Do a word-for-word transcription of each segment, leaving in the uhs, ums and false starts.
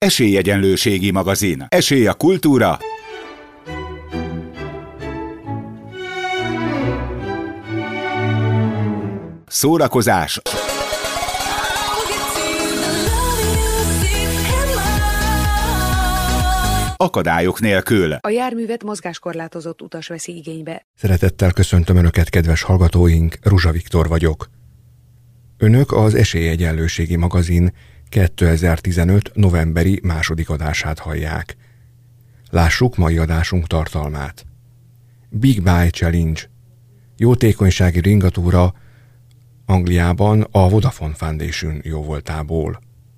Esélyegyenlőségi magazin. Esély a kultúra. Szórakozás. Akadályok nélkül. A járművet mozgáskorlátozott utas veszi igénybe. Szeretettel köszöntöm Önöket, kedves hallgatóink, Ruzsa Viktor vagyok. Önök az Esélyegyenlőségi magazin kétezer-tizenöt novemberi második adását hallják. Lássuk mai adásunk tartalmát. Big Buy Challenge. Jótékonysági ringatúra Angliában a Vodafone Foundation jóvoltából.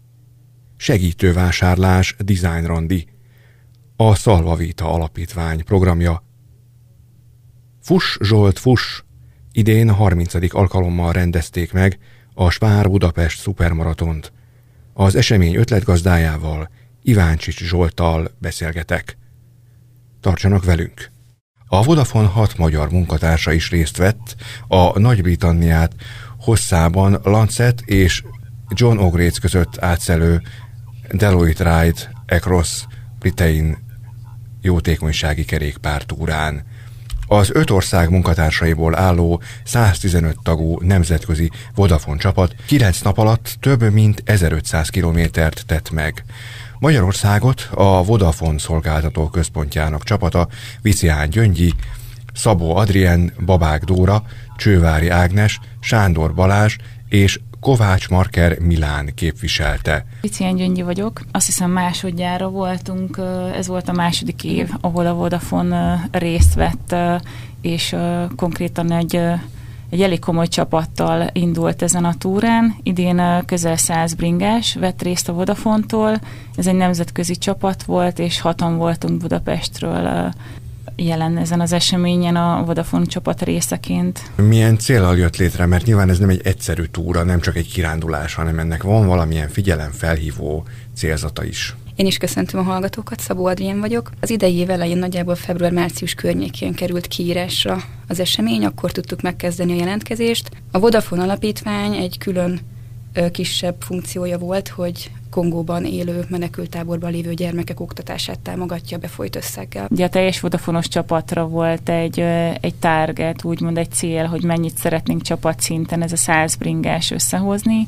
Segítővásárlás Design Randi. A Szalvavita Alapítvány programja. Fuss Zsolt, fuss! Idén harmincadik alkalommal rendezték meg a Spár Budapest szupermaratont. Az esemény ötletgazdájával, Iváncsics Zsolttal beszélgetek. Tartsanak velünk! A Vodafone hat magyar munkatársa is részt vett a Nagy-Britanniát hosszában Lancet és John O'Groats között átszelő Deloitte Ride Across Britain jótékonysági kerékpártúrán. Az öt ország munkatársaiból álló száztizenöt tagú nemzetközi Vodafone csapat kilenc nap alatt több mint ezerötszáz kilométert tett meg. Magyarországot a Vodafone szolgáltató központjának csapata Vicián Gyöngyi, Szabó Adrien, Babák Dóra, Csővári Ágnes, Sándor Balázs és Kovács Marker Milán képviselte. Vicián Gyöngyi vagyok. Azt hiszem másodjára voltunk, ez volt a második év, ahol a Vodafone részt vett, és konkrétan egy, egy elég komoly csapattal indult ezen a túrán. Idén közel száz bringás vett részt a Vodafone-tól. Ez egy nemzetközi csapat volt, és hatan voltunk Budapestről jelen ezen az eseményen a Vodafone csapat részeként. Milyen céllal jött létre? Mert nyilván ez nem egy egyszerű túra, nem csak egy kirándulás, hanem ennek van valamilyen figyelemfelhívó célzata is. Én is köszöntöm a hallgatókat, Szabó Adrien vagyok. Az idei év elején nagyjából február-március környékén került kiírásra az esemény, akkor tudtuk megkezdeni a jelentkezést. A Vodafone Alapítvány egy külön ö, kisebb funkciója volt, hogy Kongóban élő menekülttáborban lévő gyermekek oktatását támogatja befolyt összeggel. Ugye a teljes Vodafone-os csapatra volt egy, egy target, úgymond egy cél, hogy mennyit szeretnénk csapatszinten ez a száz bringás összehozni,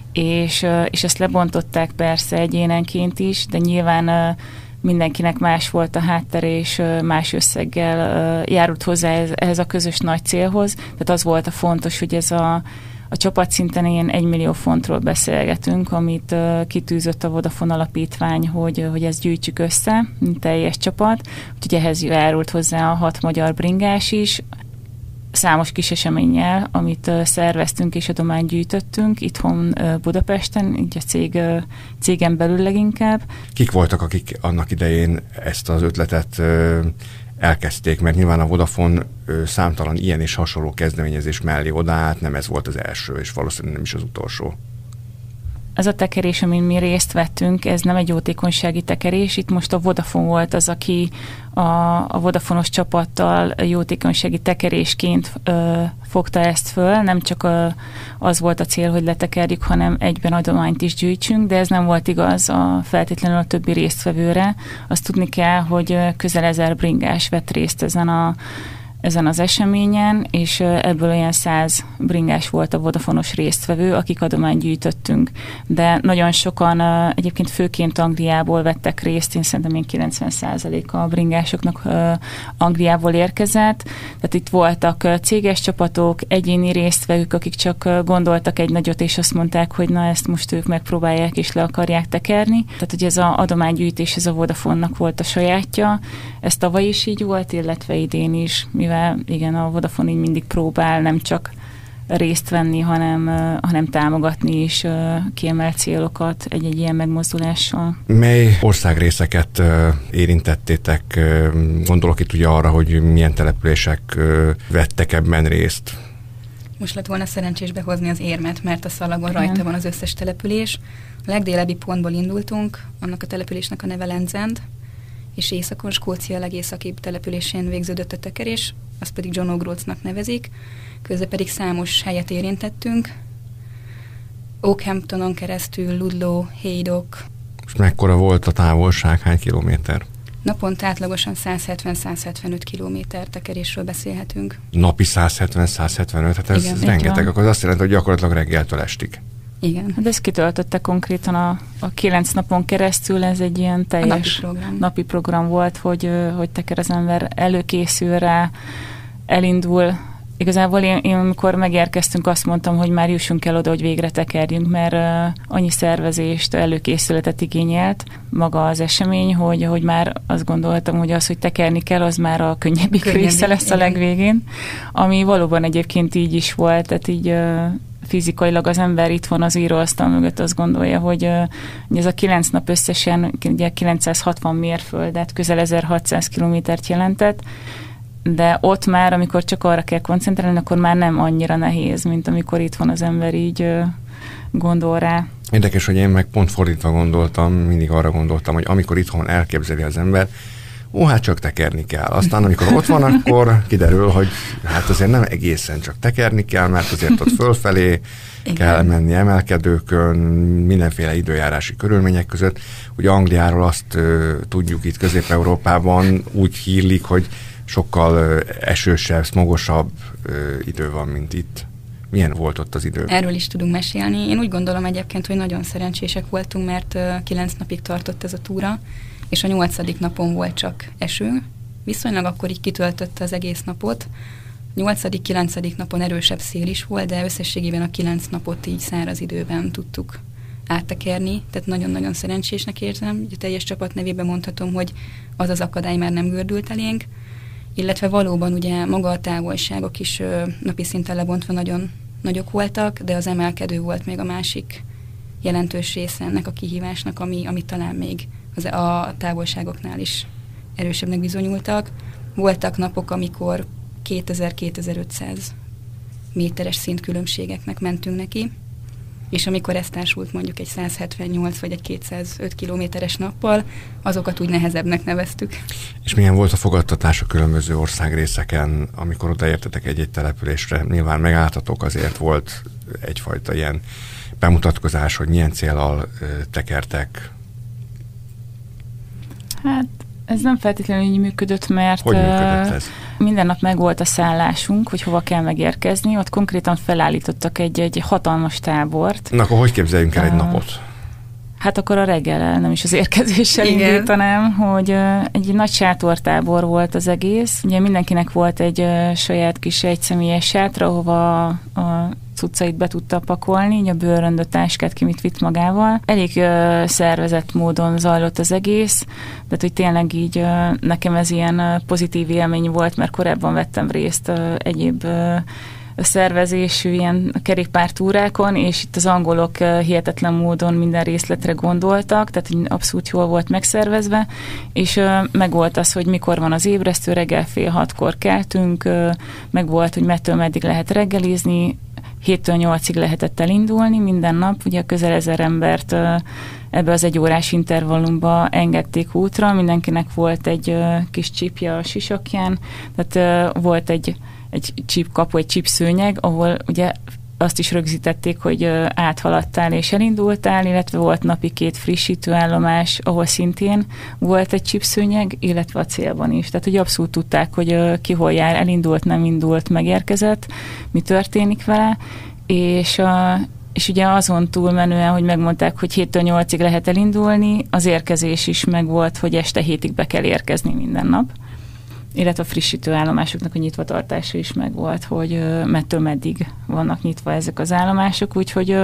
és, és ezt lebontották persze egyénenként is, de nyilván mindenkinek más volt a háttere, és más összeggel járult hozzá ehhez a közös nagy célhoz. Tehát az volt a fontos, hogy ez a A csapatszinten ilyen egy millió fontról beszélgetünk, amit uh, kitűzött a Vodafone Alapítvány, hogy, hogy ezt gyűjtsük össze, mint teljes csapat. Úgyhogy ehhez járult hozzá a hat magyar bringás is, számos kis eseménnyel, amit uh, szerveztünk és adományt gyűjtöttünk itthon uh, Budapesten, így a cég, uh, cégen belül leginkább. Kik voltak, akik annak idején ezt az ötletet uh, elkezdték, mert nyilván a Vodafone ö, számtalan ilyen és hasonló kezdeményezés mellé odaállt, nem ez volt az első, és valószínűleg nem is az utolsó. Ez a tekerés, amin mi részt vettünk, ez nem egy jótékonysági tekerés, itt most a Vodafone volt az, aki a, a Vodafone-os csapattal jótékonysági tekerésként ö, fogta ezt föl, nem csak ö, az volt a cél, hogy letekerjük, hanem egyben adományt is gyűjtsünk, de ez nem volt igaz a feltétlenül a többi résztvevőre. Azt tudni kell, hogy közel ezer bringás vett részt ezen a ezen az eseményen, és ebből olyan száz bringás volt a Vodafone-os résztvevő, akik adományt gyűjtöttünk. De nagyon sokan egyébként főként Angliából vettek részt, én szerintem én kilencven százaléka a bringásoknak Angliából érkezett. Tehát itt voltak céges csapatok, egyéni résztvevők, akik csak gondoltak egy nagyot, és azt mondták, hogy na ezt most ők megpróbálják és le akarják tekerni. Tehát, hogy ez az adománygyűjtés, ez a Vodafone-nak volt a sajátja. Ez tavaly is így volt, illetve idén is, mivel igen, a Vodafone így mindig próbál nem csak részt venni, hanem, hanem támogatni is kiemelt célokat egy-egy ilyen megmozdulással. Mely országrészeket érintettétek? Gondolok itt ugye arra, hogy milyen települések vettek ebben részt. Most lett volna szerencsés behozni az érmet, mert a szalagon igen. Rajta van az összes település. A legdélebbi pontból indultunk, annak a településnek a neve Lenzend, és északon, Skócia legészakibb településén végződött a tekerés, azt pedig John O'Groatsnak nevezik, közben pedig számos helyet érintettünk. Oakhamptonon keresztül, Ludlow, Haydock, És mekkora volt a távolság, hány kilométer? Naponta átlagosan száz hetven-száz hetvenöt kilométer tekerésről beszélhetünk. Napi száz hetven-száz hetvenöt, hát ez, Igen, ez rengeteg, akkor az azt jelenti, hogy gyakorlatilag reggeltől estig. Igen. Hát ezt kitöltötte konkrétan a, a kilenc napon keresztül, ez egy ilyen teljes napi program. napi program volt, hogy, hogy teker az ember, előkészül rá, elindul. Igazából én, én amikor megérkeztünk, azt mondtam, hogy már jussunk el oda, hogy végre tekerjünk, mert uh, annyi szervezést, előkészületet igényelt maga az esemény, hogy, hogy már azt gondoltam, hogy az, hogy tekerni kell, az már a könnyebbik, könnyebbik része lesz a legvégén, ami valóban egyébként így is volt, tehát így uh, fizikailag az ember itt van az íróasztal mögött, azt gondolja, hogy, uh, hogy ez a kilenc nap összesen ugye kilencszázhatvan mérföldet, közel ezerhatszáz kilométert jelentett, de ott már, amikor csak arra kell koncentrálni, akkor már nem annyira nehéz, mint amikor itt van az ember így ö, gondol rá. Érdekes, hogy én meg pont fordítva gondoltam, mindig arra gondoltam, hogy amikor itthon elképzeli az ember, ó, hát csak tekerni kell. Aztán amikor ott van, akkor kiderül, hogy hát azért nem egészen csak tekerni kell, mert azért ott fölfelé kell menni emelkedőkön, mindenféle időjárási körülmények között. Ugye Angliáról azt ö, tudjuk itt Közép-Európában, úgy hírlik, hogy sokkal ö, esősebb, smogosabb ö, idő van, mint itt. Milyen volt ott az idő? Erről is tudunk mesélni. Én úgy gondolom egyébként, hogy nagyon szerencsések voltunk, mert kilenc napig tartott ez a túra, és a nyolcadik napon volt csak eső. Viszonylag akkor így kitöltötte az egész napot. nyolcadik kilencedik napon erősebb szél is volt, de összességében a kilenc napot így száraz időben tudtuk áttekerni, tehát nagyon-nagyon szerencsésnek érzem. A teljes csapat nevében mondhatom, hogy az az akadály már nem gördült elénk, illetve valóban ugye maga a távolságok is ö, napi szinten lebontva nagyon nagyok voltak, de az emelkedő volt még a másik jelentős része ennek a kihívásnak, ami, ami talán még az, a távolságoknál is erősebbnek bizonyultak. Voltak napok, amikor kétezer-kétezer-ötszáz méteres szintkülönbségeknek mentünk neki, és amikor ez társult mondjuk egy száz hetvennyolc vagy egy kétszázöt kilométeres nappal, azokat úgy nehezebbnek neveztük. És milyen volt a fogadtatás a különböző országrészeken, amikor odaértetek egy-egy településre? Nyilván megálltatok, azért volt egyfajta ilyen bemutatkozás, hogy milyen céllal tekertek. Hát ez nem feltétlenül így működött, mert hogy működött ez? Minden nap megvolt a szállásunk, hogy hova kell megérkezni, ott konkrétan felállítottak egy, egy hatalmas tábort. Na akkor hogy képzeljünk el egy uh, napot? Hát akkor a reggel nem is az érkezéssel Igen. indítanám, hogy uh, egy nagy sátortábor volt az egész. Ugye mindenkinek volt egy uh, saját kis egyszemélyes sátra, ahova a cuccait be tudta pakolni, így a bőröndöt, táskát ki mit vitt magával. Elég uh, szervezett módon zajlott az egész, de hogy tényleg így uh, nekem ez ilyen uh, pozitív élmény volt, mert korábban vettem részt uh, egyéb uh, szervezésű ilyen kerékpártúrákon, és itt az angolok uh, hihetetlen módon minden részletre gondoltak, tehát abszolút jól volt megszervezve, és uh, meg volt az, hogy mikor van az ébresztő, reggel fél hatkor keltünk, uh, meg volt, hogy mettől meddig lehet reggelizni, héttől nyolcig lehetett elindulni minden nap, ugye közel ezer embert uh, ebbe az egy órás intervallumba engedték útra, mindenkinek volt egy uh, kis csípje a sisakján, tehát uh, volt egy egy csípkapu, egy csípszőnyeg, ahol ugye azt is rögzítették, hogy áthaladtál és elindultál, illetve volt napi két frissítőállomás, ahol szintén volt egy csípszőnyeg, illetve a célban is. Tehát, hogy abszolút tudták, hogy ki hol jár, elindult, nem indult, megérkezett, mi történik vele, és a és ugye azon túlmenően, hogy megmondták, hogy héttől nyolcig lehet elindulni, az érkezés is megvolt, hogy este hétig be kell érkezni minden nap, illetve a frissítő állomásoknak a nyitvatartása is megvolt, hogy mettől meddig vannak nyitva ezek az állomások, úgyhogy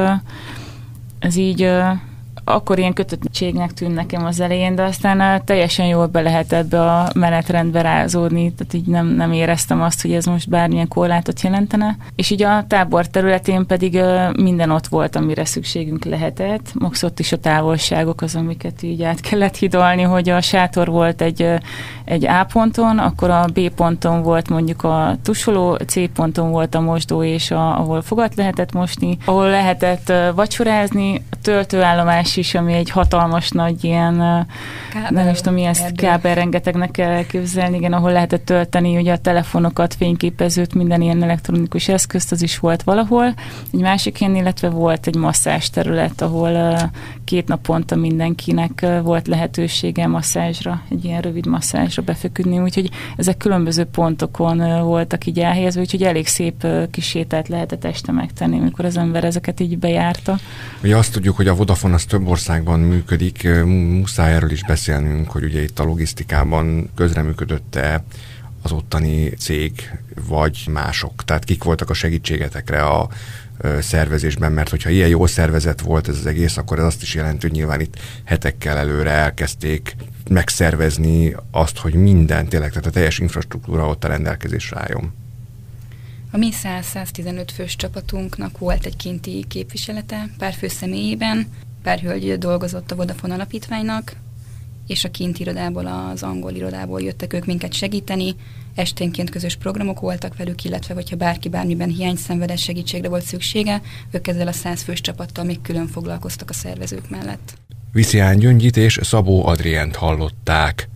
ez így akkor ilyen kötöttségnek tűn nekem az elején, de aztán teljesen jól be lehet ebbe a menetrendbe rázódni, tehát így nem, nem éreztem azt, hogy ez most bármilyen korlátot jelentene. És így a tábor területén pedig minden ott volt, amire szükségünk lehetett. Max ott is a távolságok az, amiket így át kellett hidalni, hogy a sátor volt egy, egy A ponton, akkor a B ponton volt mondjuk a tusoló, C ponton volt a mosdó, és a, ahol fogat lehetett mosni, ahol lehetett vacsorázni, a töltőállomás is, ami egy hatalmas nagy ilyen, kábel, nem is tudom, milyen kábel rengetegnek kell elképzelni, igen, ahol lehetett tölteni ugye a telefonokat, fényképezőt, minden ilyen elektronikus eszközt, az is volt valahol. Egy másik helyen, illetve volt egy masszázs terület, ahol két naponta mindenkinek volt lehetősége masszázsra, egy ilyen rövid masszázsra befeküdni, úgyhogy ezek különböző pontokon voltak így elhelyezve, úgyhogy elég szép kis sétát lehetett este megtenni, amikor az ember ezeket így bejárta. Ugye azt tudjuk, hogy a Vodafone az több országban működik, muszáj erről is beszélnünk, hogy ugye itt a logisztikában közreműködött-e az ottani cég, vagy mások, tehát kik voltak a segítségetekre a szervezésben, mert hogyha ilyen jól szervezett volt ez az egész, akkor ez azt is jelenti, hogy nyilván itt hetekkel előre elkezdték megszervezni azt, hogy minden, tényleg, tehát a teljes infrastruktúra ott a rendelkezésre álljon. A mi száz-száztizenöt fős csapatunknak volt egy kinti képviselete, pár fő személyében, pár hölgy dolgozott a Vodafone alapítványnak, és a kinti irodából, az angol irodából jöttek ők minket segíteni. Esténként közös programok voltak velük, illetve hogyha bárki bármiben hiány szenvedett, segítségre volt szüksége, ők ezzel a száz fős csapattal még külön foglalkoztak a szervezők mellett. Viszián Gyöngyit és Szabó Adrient hallották.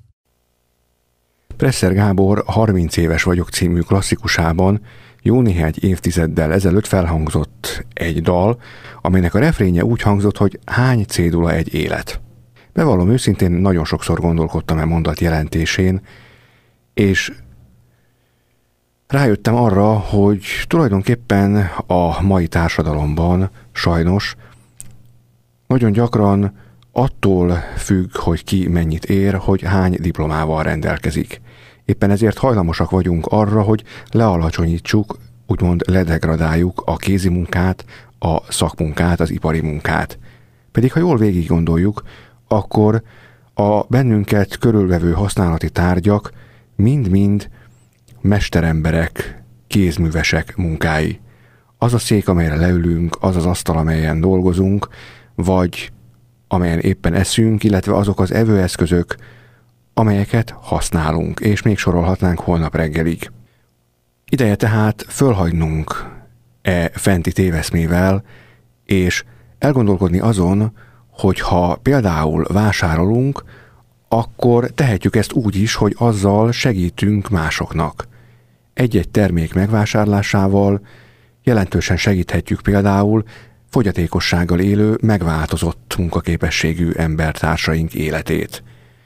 Presser Gábor harminc éves vagyok című klasszikusában jó néhány évtizeddel ezelőtt felhangzott egy dal, amelynek a refrénje úgy hangzott, hogy hány cédula egy élet. Bevallom őszintén, nagyon sokszor gondolkodtam e mondat jelentésén, és rájöttem arra, hogy tulajdonképpen a mai társadalomban sajnos nagyon gyakran attól függ, hogy ki mennyit ér, hogy hány diplomával rendelkezik. Éppen ezért hajlamosak vagyunk arra, hogy lealacsonyítsuk, úgymond ledegradáljuk a kézi munkát, a szakmunkát, az ipari munkát. Pedig ha jól végig gondoljuk, akkor a bennünket körülvevő használati tárgyak mind-mind mesteremberek, kézművesek munkái. Az a szék, amelyre leülünk, az az asztal, amelyen dolgozunk, vagy amelyen éppen eszünk, illetve azok az evőeszközök, amelyeket használunk, és még sorolhatnánk holnap reggelig. Ideje tehát fölhagynunk e fenti téveszmével, és elgondolkodni azon, hogy ha például vásárolunk, akkor tehetjük ezt úgy is, hogy azzal segítünk másoknak. Egy-egy termék megvásárlásával jelentősen segíthetjük például fogyatékossággal élő, megváltozott munkaképességű embertársaink életét.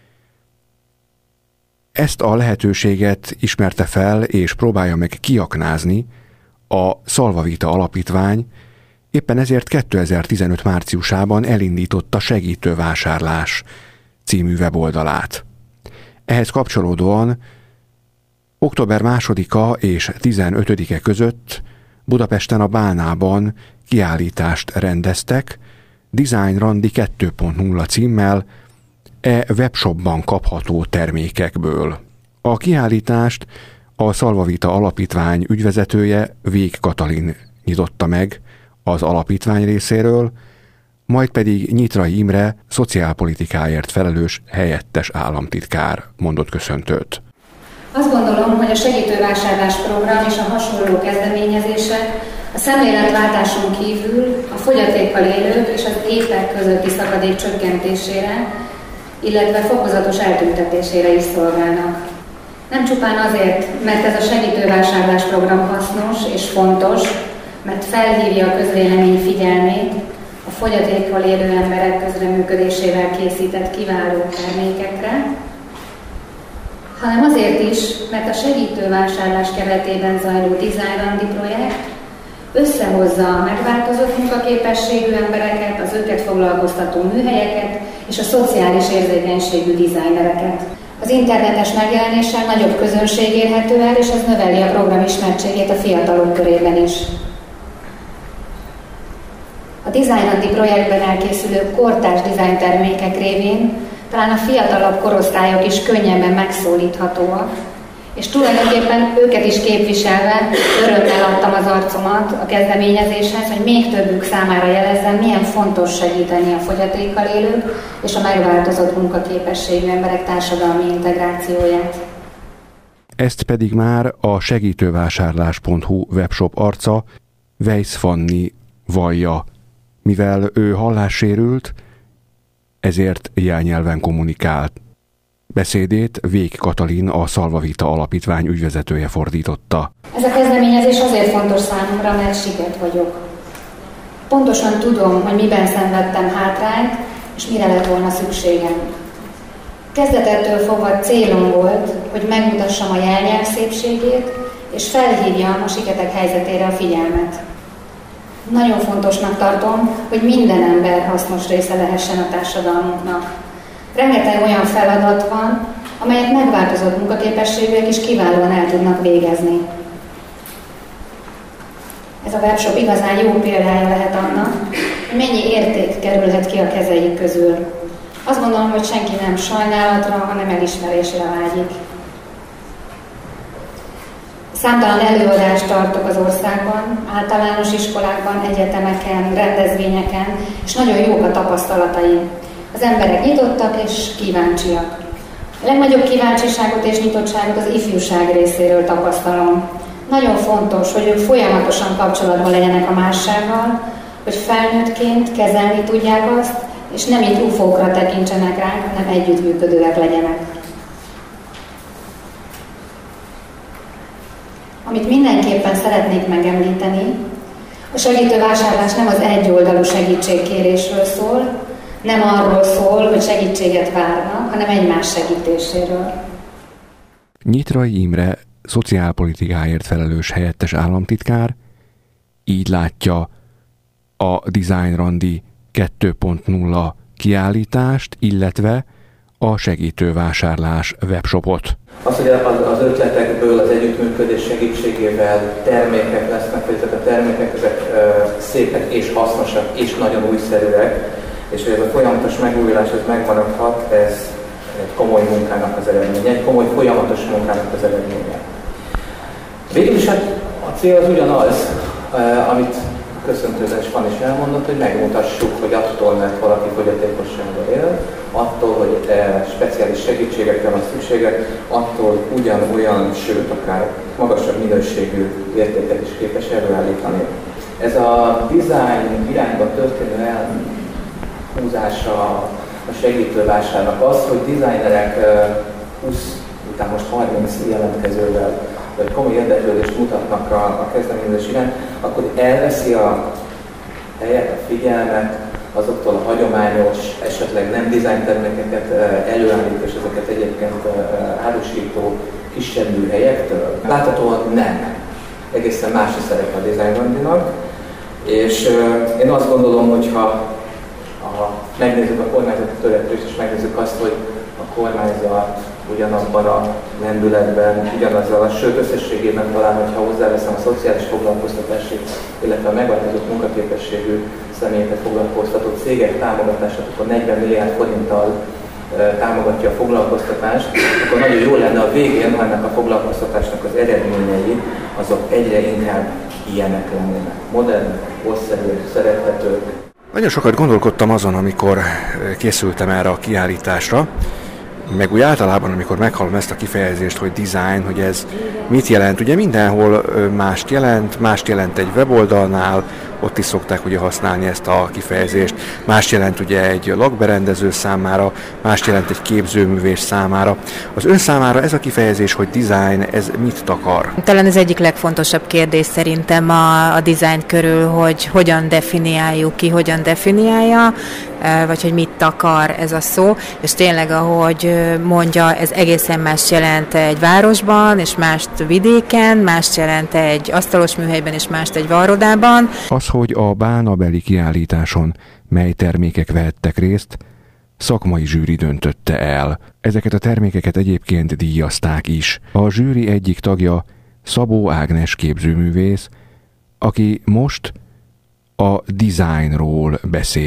Ezt a lehetőséget ismerte fel és próbálja meg kiaknázni a Szalvavita Alapítvány, éppen ezért kétezer-tizenöt márciusában elindította Segítővásárlás című weboldalát. Ehhez kapcsolódóan október másodika és tizenötödike között Budapesten a Bálnában kiállítást rendeztek Design Randi kettő pont nulla címmel e webshopban kapható termékekből. A kiállítást a Szalvavita Alapítvány ügyvezetője Vég Katalin nyitotta meg az alapítvány részéről, majd pedig Nyitrai Imre szociálpolitikáért felelős helyettes államtitkár mondott köszöntőt. Azt gondolom, hogy a segítővásárlás program és a hasonló kezdeményezések a szemléletváltáson kívül a fogyatékkal élők és az épek közötti szakadék csökkentésére, illetve fokozatos eltüntetésére is szolgálnak. Nem csupán azért, mert ez a segítővásárlás program hasznos és fontos, mert felhívja a közvélemény figyelmét a fogyatékkal élő emberek közreműködésével készített kiváló termékekre, hanem azért is, mert a segítővásárlás keretében zajló Design Randi projekt összehozza a megváltozott munkaképességű embereket, az őket foglalkoztató műhelyeket és a szociális érzékenységű designereket. Az internetes megjelenéssel nagyobb közönség érhető el, és ez növeli a program ismertségét a fiatalok körében is. A Design Randi projektben elkészülő kortárs design termékek révén talán a fiatalabb korosztályok is könnyebben megszólíthatóak, És tulajdonképpen őket is képviselve örömmel adtam az arcomat a kezdeményezéshez, hogy még többük számára jelezzem, milyen fontos segíteni a fogyatékkal élők és a megváltozott munkaképességű emberek társadalmi integrációját. Ezt pedig már a segítővásárlás pont hu webshop arca Weisz Fanni vallja. Mivel ő hallássérült, ezért jelnyelven kommunikált. Beszédét Vég Katalin, a Szalvavita Alapítvány ügyvezetője fordította. Ez a kezdeményezés azért fontos számomra, mert siket vagyok. Pontosan tudom, hogy miben szenvedtem hátrányt, és mire lett volna szükségem. Kezdetettől fogva célom volt, hogy megmutassam a jelnyelv szépségét, és felhívjam a siketek helyzetére a figyelmet. Nagyon fontosnak tartom, hogy minden ember hasznos része lehessen a társadalmunknak. Rengeteg olyan feladat van, amelyet megváltozott munkaképességűek is kiválóan el tudnak végezni. Ez a webshop igazán jó példája lehet annak, hogy mennyi érték kerülhet ki a kezeik közül. Azt gondolom, hogy senki nem sajnálatra, hanem elismerésre vágyik. Számtalan előadást tartok az országban, általános iskolákban, egyetemeken, rendezvényeken, és nagyon jók a tapasztalataim. Az emberek nyitottak és kíváncsiak. A legnagyobb kíváncsiságot és nyitottságot az ifjúság részéről tapasztalom. Nagyon fontos, hogy ők folyamatosan kapcsolatban legyenek a mássággal, hogy felnőttként kezelni tudják azt, és nem itt ufókra tekintsenek ránk, hanem együttműködőek legyenek. Amit mindenképpen szeretnék megemlíteni, a segítővásárlás nem az egyoldalú segítségkérésről szól, nem arról szól, hogy segítséget várnak, hanem egymás segítéséről. Nyitrai Imre, szociálpolitikáért felelős helyettes államtitkár így látja a Design Randi kettő pont nulla kiállítást, illetve a segítővásárlás webshopot. Az, hogy az ötletekből, az együttműködés segítségével termékek lesznek, hogy ezek a termékek ezek szépek és hasznosak és nagyon újszerűek, és hogy ez a folyamatos megújulás ez megmaradhat, ez egy komoly munkának az eredménye, egy komoly folyamatos munkának az eredménye. Végül is hát a cél az ugyanaz, amit köszöntőben is van is elmondott, hogy megmutassuk, hogy attól, mert valaki fogyatékossággal él, attól, hogy e, speciális segítségekre van szüksége, attól ugyanolyan, sőt akár magasabb minőségű értéket is képes előállítani. Ez a design irányba történő elhúzása a segítővásárnak az, hogy designerek húsz, után most harminc jelentkezővel vagy komoly érdeklődést mutatnak a, a kezdeményezés iránt, akkor elveszi a helyet, a figyelmet azoktól a hagyományos, esetleg nem design termékeket előállít, és ezeket egyébként árusító kisebb műhelyektől. Láthatóan nem. Egészen más a szerep a Design Randinak, és én azt gondolom, hogy ha megnézzük a kormányzati törekvést, és megnézzük azt, hogy a kormányzat ugyanabban a lendületben, ugyanazzal a sőt összességében talán, hogyha hozzáveszem a szociális foglalkoztatási, illetve a megváltozott munkaképességű személyeket foglalkoztató cégek támogatását, akkor negyven milliárd forinttal e, támogatja a foglalkoztatást, akkor nagyon jó lenne a végén, ha ennek a foglalkoztatásnak az eredményei, azok egyre inkább ilyenek lennének. Modernek, korszerűek, szerethetők. Nagyon sokat gondolkodtam azon, amikor készültem erre a kiállításra, meg úgy általában, amikor meghallom ezt a kifejezést, hogy design, hogy ez mit jelent. Ugye mindenhol mást jelent, mást jelent egy weboldalnál, ott is szokták ugye használni ezt a kifejezést, mást jelent ugye egy lakberendező számára, mást jelent egy képzőművés számára. Az ön számára ez a kifejezés, hogy design, ez mit takar? Talán az egyik legfontosabb kérdés szerintem a, a design körül, hogy hogyan definiáljuk ki, hogyan definiálja, vagy hogy mit takar ez a szó, és tényleg, ahogy mondja, ez egészen más jelent egy városban, és mást vidéken, mást jelent egy asztalos műhelyben, és mást egy varrodában. Az, hogy a bálnabeli kiállításon mely termékek vehettek részt, szakmai zsűri döntötte el. Ezeket a termékeket egyébként díjazták is. A zsűri egyik tagja Szabó Ágnes képzőművész, aki most a designról beszél.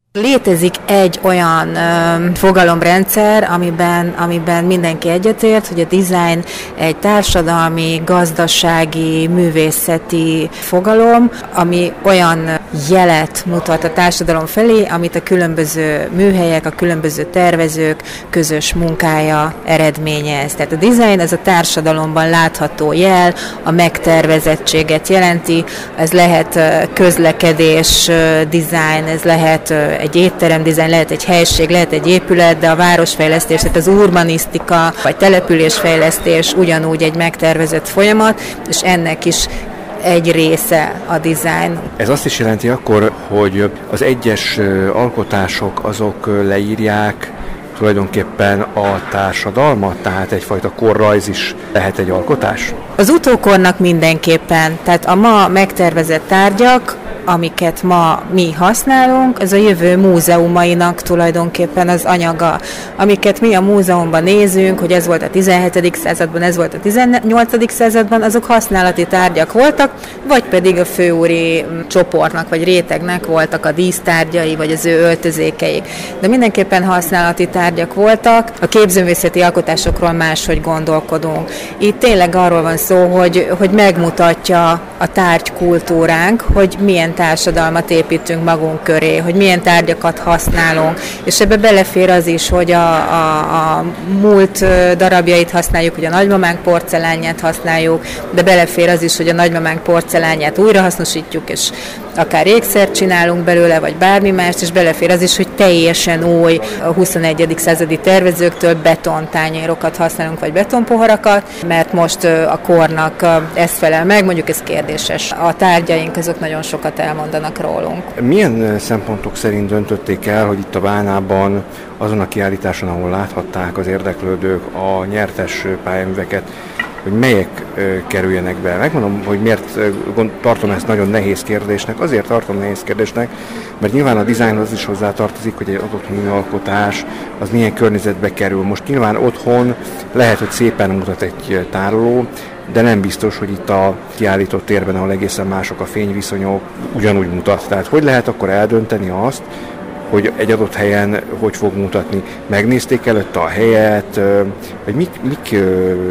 Létezik egy olyan ö, fogalomrendszer, amiben, amiben mindenki egyetért, hogy a design egy társadalmi, gazdasági, művészeti fogalom, ami olyan jelet mutat a társadalom felé, amit a különböző műhelyek, a különböző tervezők közös munkája eredményez. Tehát a design az a társadalomban látható jel, a megtervezettséget jelenti, ez lehet közlekedés design, ez lehet egy étterem design, lehet egy helység, lehet egy épület, de a városfejlesztés, tehát az urbanisztika vagy településfejlesztés ugyanúgy egy megtervezett folyamat, és ennek is egy része a design. Ez azt is jelenti akkor, hogy az egyes alkotások azok leírják tulajdonképpen a társadalmat, tehát egyfajta korrajz is lehet egy alkotás? Az utókornak mindenképpen, tehát a ma megtervezett tárgyak, amiket ma mi használunk, ez a jövő múzeumainak tulajdonképpen az anyaga. Amiket mi a múzeumban nézünk, hogy ez volt a tizenhetedik században, ez volt a tizennyolcadik században, azok használati tárgyak voltak, vagy pedig a főúri csoportnak vagy rétegnek voltak a dísztárgyai, vagy az ő öltözékei. De mindenképpen használati tárgyak voltak, a képzőművészeti alkotásokról máshogy gondolkodunk. Itt tényleg arról van szó, hogy, hogy megmutatja a tárgykultúránk, hogy milyen társadalmat építünk magunk köré, hogy milyen tárgyakat használunk, és ebbe belefér az is, hogy a, a, a múlt darabjait használjuk, hogy a nagymamánk porcelánját használjuk, de belefér az is, hogy a nagymamánk porcelánját újrahasznosítjuk, és akár ékszert csinálunk belőle, vagy bármi mást, és belefér az is, hogy teljesen új a huszonegyedik századi tervezőktől betontányérokat használunk, vagy betonpoharakat, mert most a kornak ez felel meg, mondjuk ez kérdéses. A tárgyaink azok nagyon sokat elmondanak rólunk. Milyen szempontok szerint döntötték el, hogy itt a Bálnában, azon a kiállításon, ahol láthatták az érdeklődők a nyertes pályaműveket, hogy melyek kerüljenek be? Megmondom, hogy miért tartom ezt nagyon nehéz kérdésnek. Azért tartom nehéz kérdésnek, mert nyilván a dizájnhoz is hozzá tartozik, hogy egy adott műalkotás az milyen környezetbe kerül. Most nyilván otthon lehet, hogy szépen mutat egy tároló, de nem biztos, hogy itt a kiállított térben, ahol egészen mások a fényviszonyok, ugyanúgy mutat. Tehát hogy lehet akkor eldönteni azt, hogy egy adott helyen hogy fog mutatni? Megnézték előtte a helyet, vagy mik, mik ö,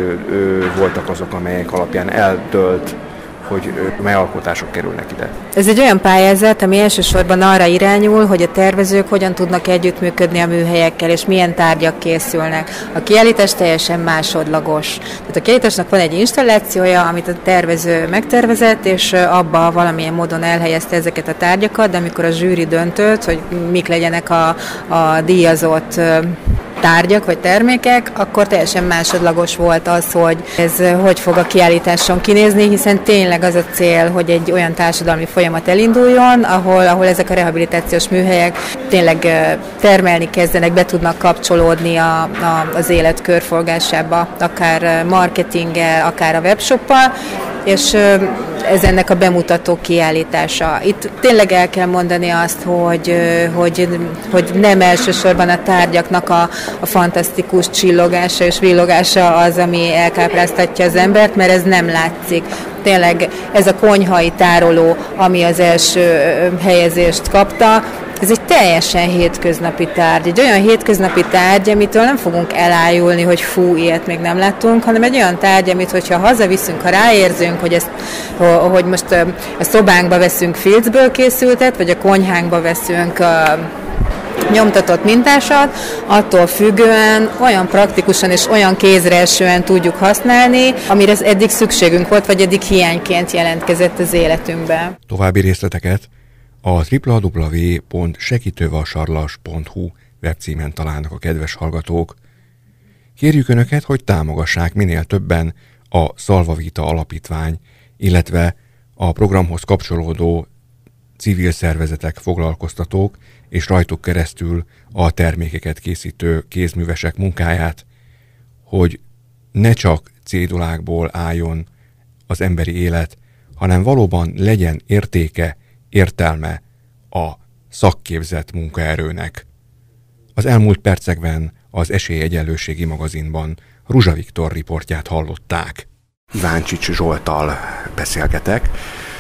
ö, voltak azok, amelyek alapján eldölt, hogy mely alkotások kerülnek ide? Ez egy olyan pályázat, ami elsősorban arra irányul, hogy a tervezők hogyan tudnak együttműködni a műhelyekkel, és milyen tárgyak készülnek. A kiállítás teljesen másodlagos. Tehát a kiállításnak van egy installációja, amit a tervező megtervezett, és abba valamilyen módon elhelyezte ezeket a tárgyakat, de amikor a zsűri döntött, hogy mik legyenek a, a díjazott tárgyak vagy termékek, akkor teljesen másodlagos volt az, hogy ez hogy fog a kiállításon kinézni, hiszen tényleg az a cél, hogy egy olyan társadalmi folyamat elinduljon, ahol, ahol ezek a rehabilitációs műhelyek tényleg termelni kezdenek, be tudnak kapcsolódni a, a, az élet körforgásába, akár marketinggel, akár a webshoppal, és ez ennek a bemutató kiállítása. Itt tényleg el kell mondani azt, hogy, hogy, hogy nem elsősorban a tárgyaknak a, a fantasztikus csillogása és villogása az, ami elkápráztatja az embert, mert ez nem látszik. Tényleg ez a konyhai tároló, ami az első helyezést kapta, ez egy teljesen hétköznapi tárgy, egy olyan hétköznapi tárgy, amitől nem fogunk elájulni, hogy fú, ilyet még nem láttunk, hanem egy olyan tárgy, amit hogyha hazaviszünk, ha ráérzünk, hogy, ezt, hogy most a szobánkba veszünk filcből készültet, vagy a konyhánkba veszünk nyomtatott mintásat, attól függően olyan praktikusan és olyan kézreesően tudjuk használni, amire eddig szükségünk volt, vagy eddig hiányként jelentkezett az életünkben. További részleteket a double-u double-u double-u pont segítővasarlas pont hu webcímen találnak a kedves hallgatók. Kérjük Önöket, hogy támogassák minél többen a Szalvavita Alapítvány, illetve a programhoz kapcsolódó civil szervezetek, foglalkoztatók és rajtuk keresztül a termékeket készítő kézművesek munkáját, hogy ne csak cédulákból álljon az emberi élet, hanem valóban legyen értéke, értelme a szakképzett munkaerőnek. Az elmúlt percekben az Esélyegyenlőségi magazinban Ruzsa Viktor riportját hallották. Iváncsics Zsolttal beszélgetek.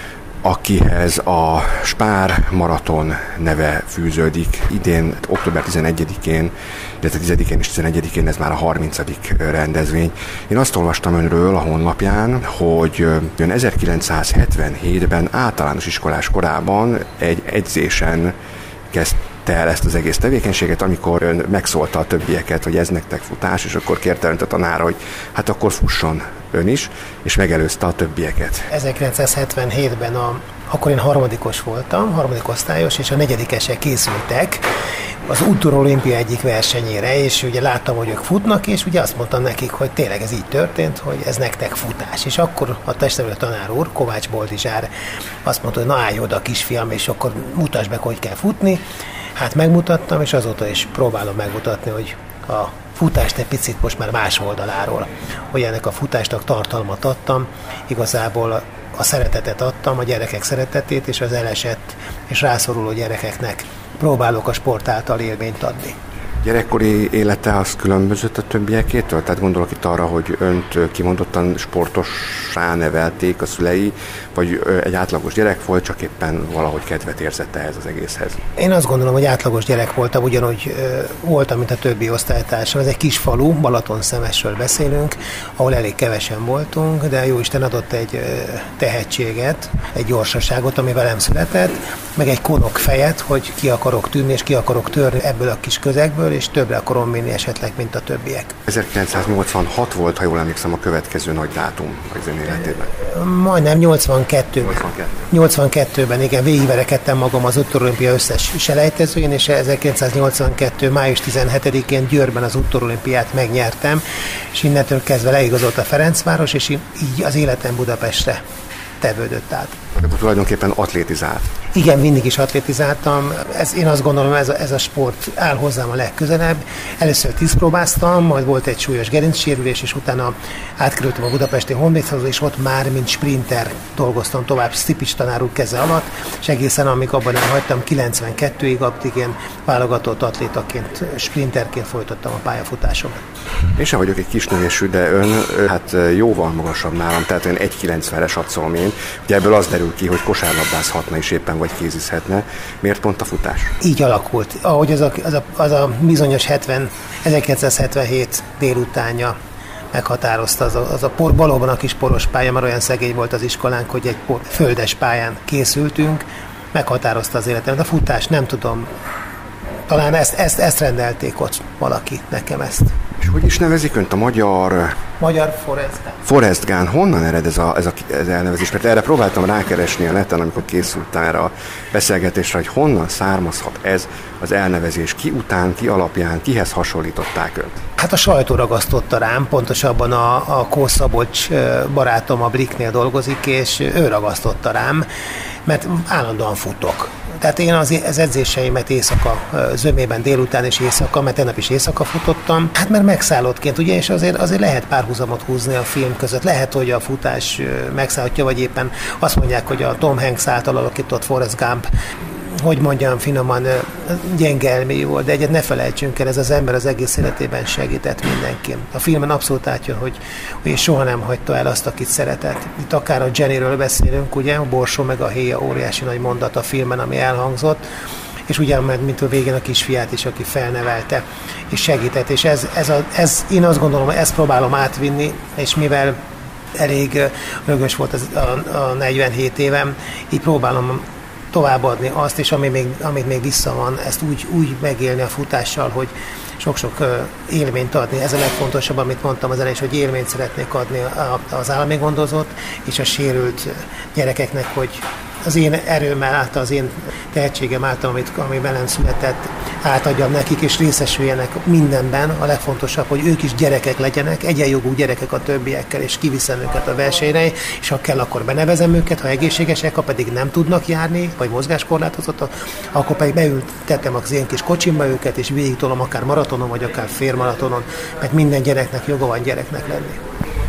akihez a Spár Maraton neve fűződik. Idén, október tizenegyedikén, illetve tizedikén és tizenegyedikén ez már a harmincadik rendezvény. Én azt olvastam önről a honlapján, hogy ön ezerkilencszázhetvenhétben általános iskolás korában egy edzésen kezdte el ezt az egész tevékenységet, amikor ön megszólta a többieket, hogy ez nektek futás, és akkor kérte önt a tanár, hogy hát akkor fusson ön is, és megelőzte a többieket. ezerkilencszázhetvenhétben a, akkor én harmadikos voltam, harmadik osztályos, és a negyedikesek készültek az úttörő-olimpia egyik versenyére, és ugye láttam, hogy ők futnak, és ugye azt mondtam nekik, hogy tényleg ez így történt, hogy ez nektek futás. És akkor a testnevelő tanár úr, Kovács Boldizsár azt mondta, hogy na állj oda, kisfiam, és akkor mutasd meg, hogy kell futni. Hát megmutattam, és azóta is próbálom megmutatni, hogy a futást egy picit most már más oldaláról, hogy ennek a futásnak tartalmat adtam, igazából a szeretetet adtam, a gyerekek szeretetét, és az elesett és rászoruló gyerekeknek próbálok a sport által élményt adni. Gyerekkori élete az különbözött a többiekétől? Tehát gondolok itt arra, hogy önt kimondottan sportossá nevelték a szülei, vagy egy átlagos gyerek volt, csak éppen valahogy kedvet érzett ehhez az egészhez? Én azt gondolom, hogy átlagos gyerek voltam, ugyanúgy ö, voltam, mint a többi osztálytársam. Ez egy kis falu, Balatonszemesről beszélünk, ahol elég kevesen voltunk, de jóisten adott egy ö, tehetséget, egy gyorsaságot, ami velem született, meg egy konok fejet, hogy ki akarok tűnni, és ki akarok törni ebből a kis közegből, és többre akarom vinni esetleg, mint a többiek. ezerkilencszáznyolcvanhat volt, ha jól emlékszem, a következő nagy dátum az ön életében. Majdnem nyolcvankettőben. nyolcvankettőben, igen, végigverekedtem magam az úttörő-olimpia összes selejtezőjén, és ezerkilencszáznyolcvankettő. május tizenhetedikén Győrben az úttörő-olimpiát megnyertem, és innentől kezdve leigazolt a Ferencváros, és így az életem Budapestre tevődött át. Akkor tulajdonképpen atlétizált. Igen, mindig is atlétizáltam. Ez, én azt gondolom, ez a, ez a sport áll hozzám a legközelebb. Először tízpróbáztam, majd volt egy súlyos gerincsérülés, és utána átkerültem a budapesti Honvédhoz, és ott már, mint sprinter dolgoztam tovább Szipics tanár úr keze alatt, és egészen amíg abban elhagytam, kilencvenkettőig, addig én válogatott atlétaként, sprinterként folytattam a pályafutásomat. Én sem vagyok egy kisnövésű, de ön hát jóval magasabb nálam, tehát én egy kilencvenes adszolom én. Ugye ebből az derül ki, hogy kosárlabdázhatna is éppen, vagy kézizhetne. Miért pont a futás? Így alakult. Ahogy az a, az a, az a bizonyos hetven, ezerkilencszázhetvenhét délutánja meghatározta, az a, az a por, valóban a kis poros pálya, mert olyan szegény volt az iskolánk, hogy egy por, földes pályán készültünk, meghatározta az életemet. A futás, nem tudom, talán ezt, ezt, ezt rendelték ott valaki nekem ezt. És hogy is nevezik önt a magyar... Magyar Forrest Gump. Forrest Gump. Honnan ered ez, a, ez, a, ez elnevezés? Mert erre próbáltam rákeresni a neten, amikor készültem erre a beszélgetésre, hogy honnan származhat ez az elnevezés. Ki után, ki alapján, kihez hasonlították önt? Hát a sajtó ragasztotta rám, pontosabban a, a Kósz Szabolcs barátom a Blicknél dolgozik, és ő ragasztotta rám, mert állandóan futok. Tehát én az, az edzéseimet éjszaka, zömében délután és éjszaka, mert tegnap is éjszaka futottam. Hát mert megszállottként, ugye, és azért, azért lehet párhuzamot húzni a film között. Lehet, hogy a futás megszállhatja, vagy éppen azt mondják, hogy a Tom Hanks által alakított Forrest Gump, hogy mondjam finoman, gyenge elmélyű volt, de egyet ne felejtsünk el, ez az ember az egész életében segített mindenki. A filmen abszolút átjön, hogy, hogy soha nem hagyta el azt, akit szeretett. Itt akár a Jennyről beszélünk, ugye, a Borsó meg a héja, óriási nagy mondat a filmen, ami elhangzott, és ugye, mint a végén a kisfiát is, aki felnevelte, és segített, és ez, ez, a, ez én azt gondolom, ezt próbálom átvinni, és mivel elég rögös volt az, a, a negyvenhét évem, így próbálom továbbadni azt, és ami még, amit még vissza van, ezt úgy, úgy megélni a futással, hogy sok-sok uh, élményt adni. Ez a legfontosabb, amit mondtam az elején, hogy élményt szeretnék adni a, az állami gondozott és a sérült gyerekeknek, hogy az én erőmmel által, az én tehetségem által, amit, ami velem született, átadjam nekik, és részesüljenek mindenben. A legfontosabb, hogy ők is gyerekek legyenek, egyenjogú gyerekek a többiekkel, és kiviszem őket a versenyre, és ha kell, akkor benevezem őket, ha egészségesek, ha pedig nem tudnak járni, vagy mozgáskorlátozottak, akkor pedig beültetem az én kis kocsimba őket, és végigtolom akár maratonon, vagy akár félmaratonon, mert minden gyereknek joga van gyereknek lenni.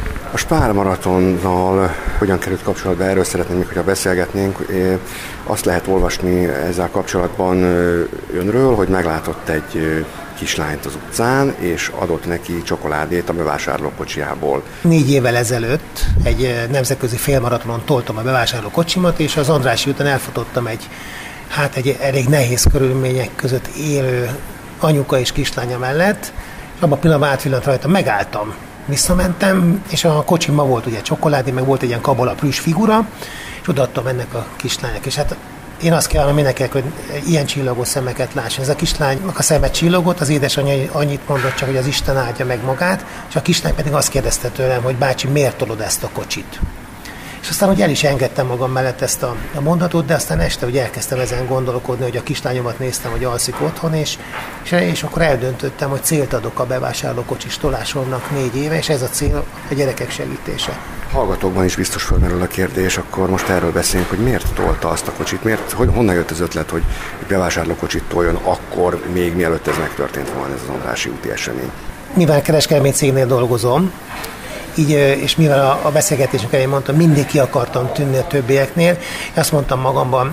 A Spár Maratonnal hogyan került kapcsolatba, erről szeretném még, hogyha beszélgetnénk. Azt lehet olvasni ezzel kapcsolatban önről, hogy meglátott egy kislányt az utcán, és adott neki csokoládét a bevásárlókocsiából. Négy évvel ezelőtt egy nemzetközi félmaratonon toltam a bevásárlókocsimat, és az Andrássy úton elfutottam egy, hát egy elég nehéz körülmények között élő anyuka és kislánya mellett, és abban a pillanatban átvillant rajta, megálltam. Visszamentem, és a kocsimban volt ugye csokoládé, meg volt egy ilyen kabola plüss figura, és odaadtam ennek a kislánynak, és hát én azt kívánom mindenkinek, hogy ilyen csillogos szemeket lásson. Ez a kislánynak a szeme csillogott, az édesanyja annyit mondott csak, hogy az Isten áldja meg magát, és a kislány pedig azt kérdezte tőlem, hogy bácsi, miért tolod ezt a kocsit? És aztán, hogy el is engedtem magam mellett ezt a, a mondatot, de aztán este, hogy elkezdtem ezen gondolkodni, hogy a kislányomat néztem, hogy alszik otthon, és, és, és akkor eldöntöttem, hogy célt adok a bevásárlókocsis tolásomnak négy éve, és ez a cél a gyerekek segítése. Hallgatókban is biztos fölmerül a kérdés, akkor most erről beszélünk, hogy miért tolta azt a kocsit, miért, hogy, honnan jött az ötlet, hogy egy bevásárlókocsit toljon akkor, még mielőtt ez megtörtént volna, ez az Andrássy úti esemény. Mivel kereskedelmi cégnél dolgozom, így, és mivel a, a beszélgetésünk elején mondtam, mindig ki akartam tűnni a többieknél, azt mondtam magamban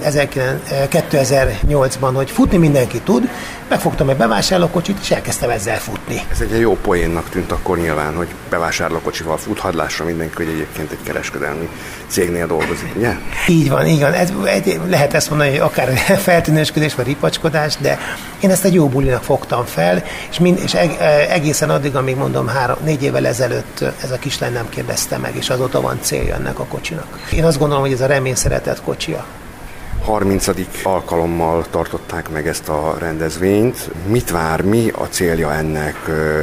kétezer-nyolcban, hogy futni mindenki tud, megfogtam egy bevásárlókocsit, és elkezdtem ezzel futni. Ez egy jó poénnak tűnt akkor nyilván, hogy bevásárlókocsival futhadlásra mindenki, hogy egyébként egy kereskedelmi cégnél dolgozik, ugye? Így van, így van. Ez, egy, lehet ezt mondani, hogy akár feltűnősködés, vagy ripacskodás, de én ezt egy jó bulinak fogtam fel, és, mind, és egészen addig, amíg mondom, három, négy évvel ezelőtt ez a kislány nem kérdezte meg, és azóta van célja ennek a kocsinak. Én azt gondolom, hogy ez a remény szeretett kocsia. harmincadik alkalommal tartották meg ezt a rendezvényt. Mit vár, mi a célja ennek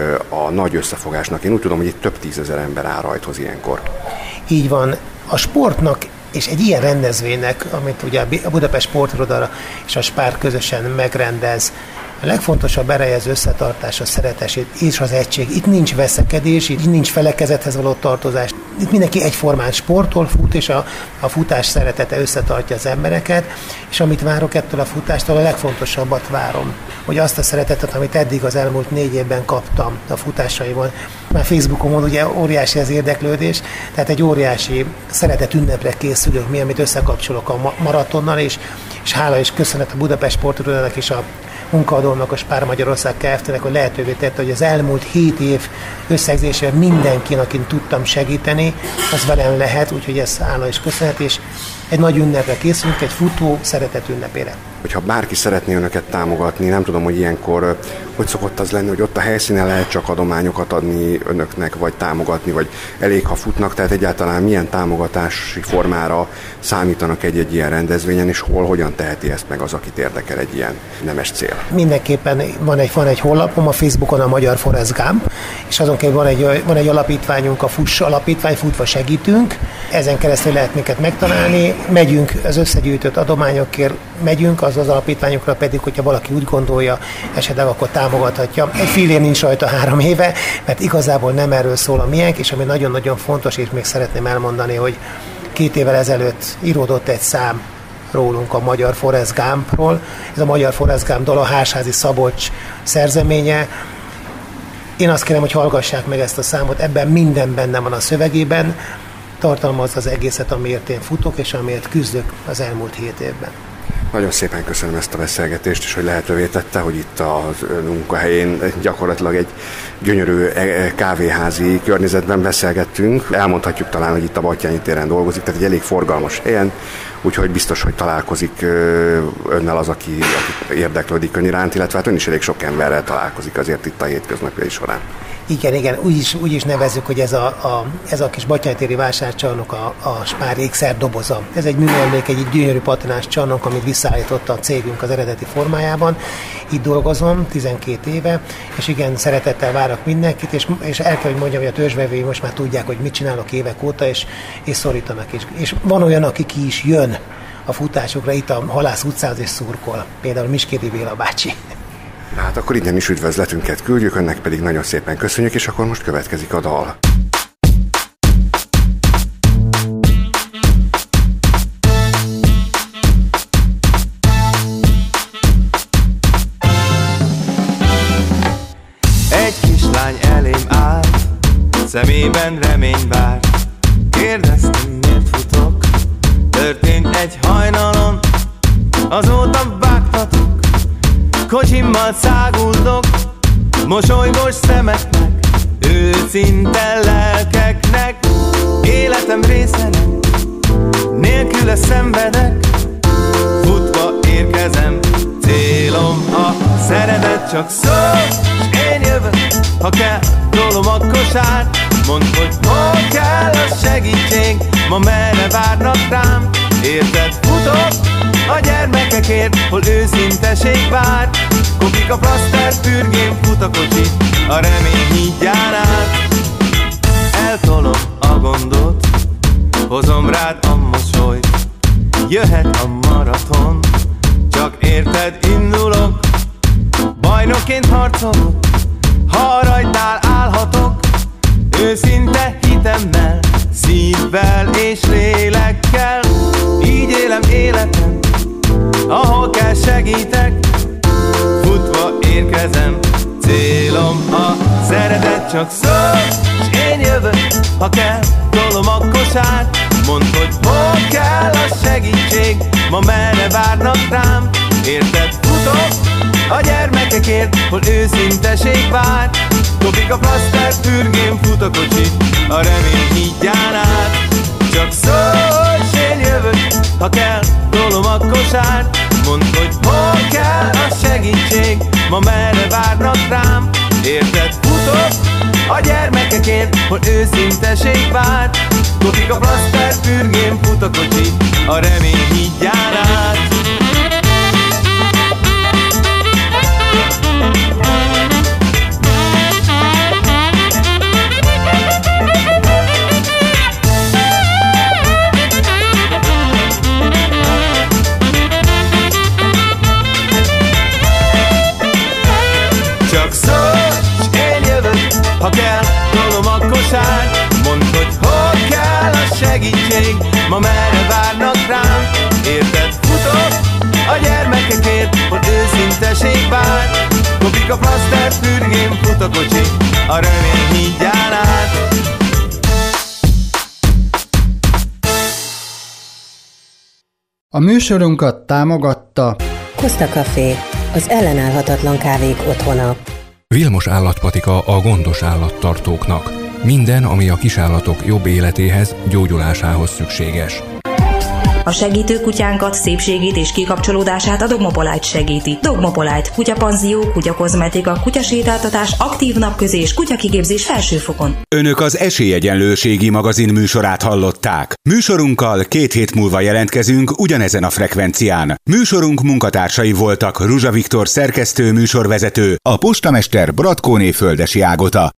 a nagy összefogásnak? Én úgy tudom, hogy itt több tízezer ember áll rajthoz ilyenkor. Így van. A sportnak és egy ilyen rendezvénynek, amit ugye a Budapest Sportiroda és a Spár közösen megrendez, a legfontosabb ereje az összetartás, a szeretet és az egység. Itt nincs veszekedés, itt nincs felekezethez való tartozás. Itt mindenki egyformán sportol, fut, és a, a futás szeretete összetartja az embereket, és amit várok ettől a futástól, a legfontosabbat várom, hogy azt a szeretetet, amit eddig az elmúlt négy évben kaptam a futásaimon, már Facebookon ugye óriási az érdeklődés, tehát egy óriási szeretet ünnepre készülök mi, amit összekapcsolok a maratonnal, és, és hála és köszönet a Budapest Sportirodának és a munkaadómnak, a Spár Magyarország Kft-nek, hogy lehetővé tette, hogy az elmúlt hét év összegzésében mindenkinek, akin tudtam segíteni, az velem lehet, úgyhogy ez hála és köszönet, és egy nagy ünnepre készülünk, egy futó szeretet ünnepére. Hogyha bárki szeretné önöket támogatni, nem tudom, hogy ilyenkor hogy szokott az lenni, hogy ott a helyszínen lehet csak adományokat adni önöknek, vagy támogatni, vagy elég, ha futnak, tehát egyáltalán milyen támogatási formára számítanak egy-egy ilyen rendezvényen, és hol, hogyan teheti ezt meg az, akit érdekel egy ilyen nemes cél? Mindenképpen van egy, van egy honlapom a Facebookon, a Magyar Forrest Gump, és azon kívül van egy, van egy alapítványunk, a Fuss Alapítvány, Futva Segítünk, ezen keresztül lehet minket megtalálni, megyünk az összegyűjtött adományokért, megyünk, az az alapítványokra pedig, hogyha valaki úgy gondolja, esetleg akkor támogathatja. Egy fillér nincs rajta három éve, mert igazából nem erről szól a miénk, és ami nagyon-nagyon fontos, és még szeretném elmondani, hogy két évvel ezelőtt íródott egy szám rólunk, a Magyar Forrest Gumpról. Ez a Magyar Forrest Gump dal a Hársházi Szabolcs szerzeménye. Én azt kérem, hogy hallgassák meg ezt a számot, ebben minden benne van a szövegében, tartalmazza az egészet, amiért én futok, és amiért küzdök az elmúlt hét évben. Nagyon szépen köszönöm ezt a beszélgetést, és hogy lehetővé tette, hogy itt a munkahelyén gyakorlatilag egy gyönyörű kávéházi környezetben beszélgettünk. Elmondhatjuk talán, hogy itt a Batthyány téren dolgozik, tehát egy elég forgalmas helyen, úgyhogy biztos, hogy találkozik önnel az, aki, aki érdeklődik ön iránt, illetve hát ön is elég sok emberrel találkozik azért itt a hétköznapjai során. Igen, igen, úgy is, úgy is nevezzük, hogy ez a, a, ez a kis batthyánytéri vásárcsarnok a, a Spár ékszer doboza. Ez egy műemlék, egy gyönyörű patinás csarnok, amit visszaállította a cégünk az eredeti formájában. Itt dolgozom tizenkét éve, és igen, szeretettel várok mindenkit, és, és el kell, hogy mondjam, hogy a törzsvevői most már tudják, hogy mit csinálok évek óta, és, és szorítanak. És, és van olyan, aki ki is jön a futásokra, itt a Halász utcához és szurkol, például Miskédi Béla bácsi. Hát akkor innen is üdvözletünket küldjük, önnek pedig nagyon szépen köszönjük, és akkor most következik a dal. Egy kislány elém áll, szemében remény vár. Kérdeztem, miért futok, történt egy hajnalon, azóta vágtatok. Kocsimmal száguldok, mosolygós szemeknek, őszinte lelkeknek. Életem része nem, nélküle szenvedek, futva érkezem, célom a szeretet. Csak szól, s én jövök, ha kell, tolom a kosárt. Mondd, hogy hol kell a segítség, ma merre várnak rám. Érted, futok a gyermekekért, hol őszinteség vár. Kopik a plaszter, pürgén fut a kocsi a remény hídján át. Eltolom a gondot, hozom rád a mosolyt, jöhet a maraton, csak érted indulok. Bajnokként harcolok, ha rajtnál állhatok, őszinte hitemmel, szívvel és lélekkel. Így élem életem, ahol kell segítek, futva érkezem, célom a szeretet. Csak szól, s én jövök, ha kell, tolom a kosárt. Mondd, hogy hol kell a segítség, ma merre várnak rám. Érted, futok a gyermekekért, hol őszinteség vár. Kopik a plaszter, pürgén fut a kocsi a remény hídján át. Csak szól, s én jövök, ha kell, tolom a kosárt. Mondd, hogy hol kell a segítség, ma merre várnak rám. Érted, futok a gyermekekért, hol őszinteség vár. Kopik a plaszter, pürgén fut a kocsi a remény hídján át. Csak szól, s én jövök, ha kell, tolom a kosárt. Mondd, hogy hol kell a segítség, ma merre várnak rám. Érted, futok a gyermekekért, hol őszinteség vár. Kopik a plaszter, pürgén fut a kocsi a remény hídján át. A műsorunkat támogatta Costa Café, az ellenállhatatlan kávék otthona. Vilmos állatpatika a gondos állattartóknak. Minden, ami a kisállatok jobb életéhez, gyógyulásához szükséges. A segítő kutyánkat, szépségét és kikapcsolódását a Dogmopolite segíti. Dogmopolite, kutyapanzió, kutyakozmetika, kutyasétáltatás, aktív napközés, kutyakigépzés felsőfokon. Önök az Esélyegyenlőségi magazin műsorát hallották. Műsorunkkal két hét múlva jelentkezünk ugyanezen a frekvencián. Műsorunk munkatársai voltak Ruzsa Viktor szerkesztő műsorvezető, a postamester Bratkóné Földesi Ágota.